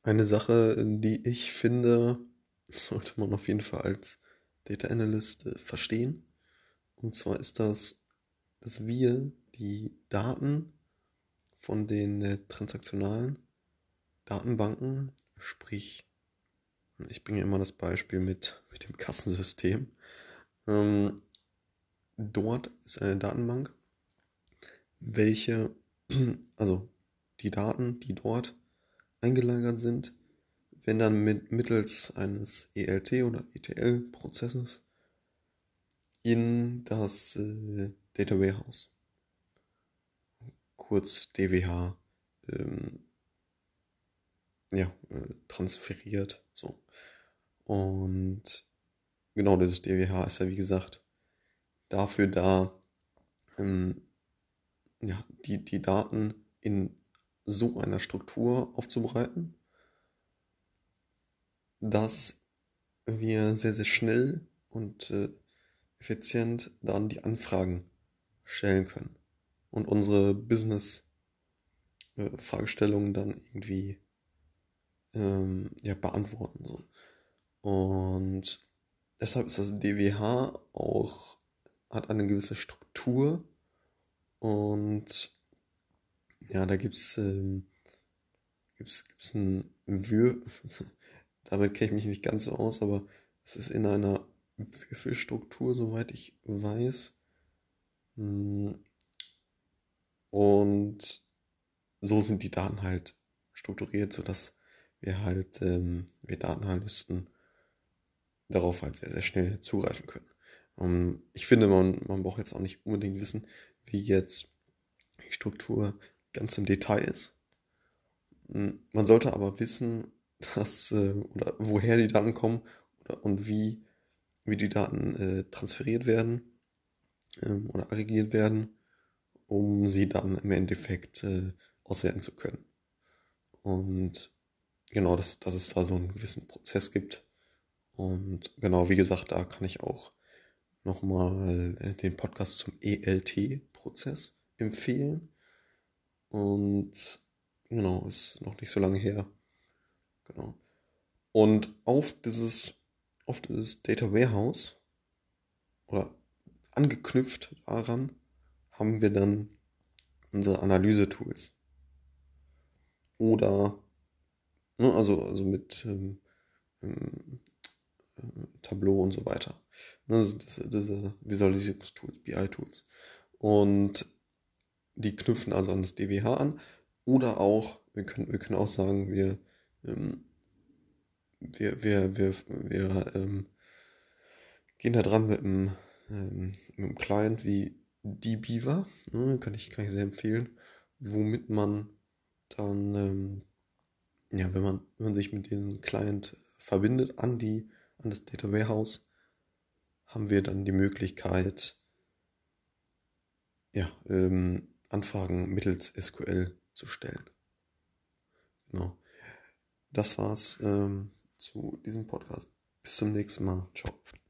Eine Sache, die ich finde, sollte man auf jeden Fall als Data Analyst verstehen. Und zwar ist das, dass wir die Daten von den transaktionalen Datenbanken, sprich, ich bringe immer das Beispiel mit dem Kassensystem. Ähm, Dort ist eine Datenbank, welche, also die Daten, die dort eingelagert sind, werden dann mittels eines ELT oder ETL-Prozesses in das Data Warehouse, kurz DWH, ähm, ja, transferiert. So. Und genau dieses DWH ist ja wie gesagt dafür da, ähm, ja, die Daten in so einer Struktur aufzubereiten, dass wir sehr, sehr schnell und effizient dann die Anfragen stellen können und unsere Business-Fragestellungen dann irgendwie ja, beantworten. So. Und deshalb ist das DWH auch, hat eine gewisse Struktur und ja, da gibt's ein damit kenne ich mich nicht ganz so aus, aber es ist in einer Würfelstruktur, soweit ich weiß. Mm, Und so sind die Daten halt strukturiert, sodass wir Datenanalysten darauf halt sehr, sehr schnell zugreifen können. Ich finde, man braucht jetzt auch nicht unbedingt wissen, wie jetzt die Struktur ganz im Detail ist. Man sollte aber wissen, oder woher die Daten kommen und wie die Daten transferiert werden oder aggregiert werden, um sie dann im Endeffekt auswerten zu können. Und genau, dass es da so einen gewissen Prozess gibt. Und genau, wie gesagt, da kann ich auch nochmal den Podcast zum ELT-Prozess empfehlen. Und genau, ist noch nicht so lange her. Genau. Und auf dieses Data Warehouse oder angeknüpft daran haben wir dann unsere Analyse-Tools. Oder, ne, also mit ähm, Tableau und so weiter. Ne, also diese Visualisierungstools, BI-Tools. Und die knüpfen also an das DWH an. Oder auch, wir können auch sagen, ähm, wir gehen da dran mit einem Client wie dbeaver, ne, kann ich sehr empfehlen, womit man dann, ja, wenn man sich mit diesem Client verbindet an das Data Warehouse, haben wir dann die Möglichkeit, ja, Anfragen mittels SQL zu stellen. Genau. Das war's zu diesem Podcast. Bis zum nächsten Mal. Ciao.